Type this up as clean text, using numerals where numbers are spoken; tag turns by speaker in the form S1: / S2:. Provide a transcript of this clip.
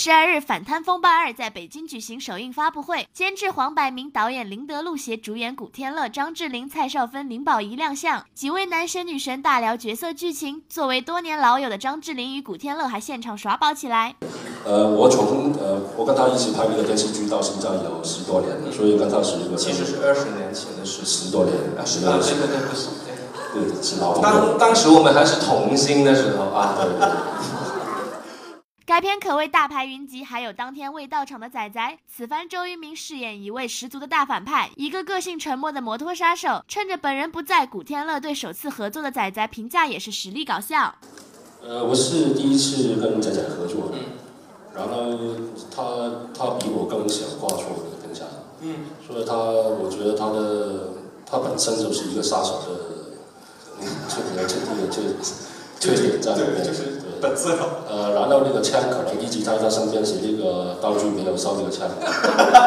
S1: 12日，《反贪风暴2》在北京举行首映发布会，监制黄百鸣、导演林德禄携主演古天乐、张智霖、蔡少芬、林保怡亮相，几位男神女神大聊角色剧情。作为多年老友的张智霖与古天乐还现场耍宝起来。
S2: 我跟他一起拍那个电视剧到现在有10多年了，所以跟他是一个
S3: 其实是20年前的事
S2: ，10多年，10多年。
S3: 对，不是。
S2: 对，是老朋
S3: 当时我们还是童星的时候啊。对。
S1: 该片可谓大牌云集，还有当天未到场的仔仔。此番周渝民饰演一位十足的大反派，一个个性沉默的摩托杀手。趁着本人不在，古天乐对首次合作的仔仔评价也是实力搞笑。
S2: 我是第一次跟仔仔合作，然后他比我更想画出我的评价，所以我觉得他本身就是一个杀手的，缺点在里面，
S3: 就是本色。
S2: 然后那个枪可能一直在他身边，是那个道具没有烧那个枪。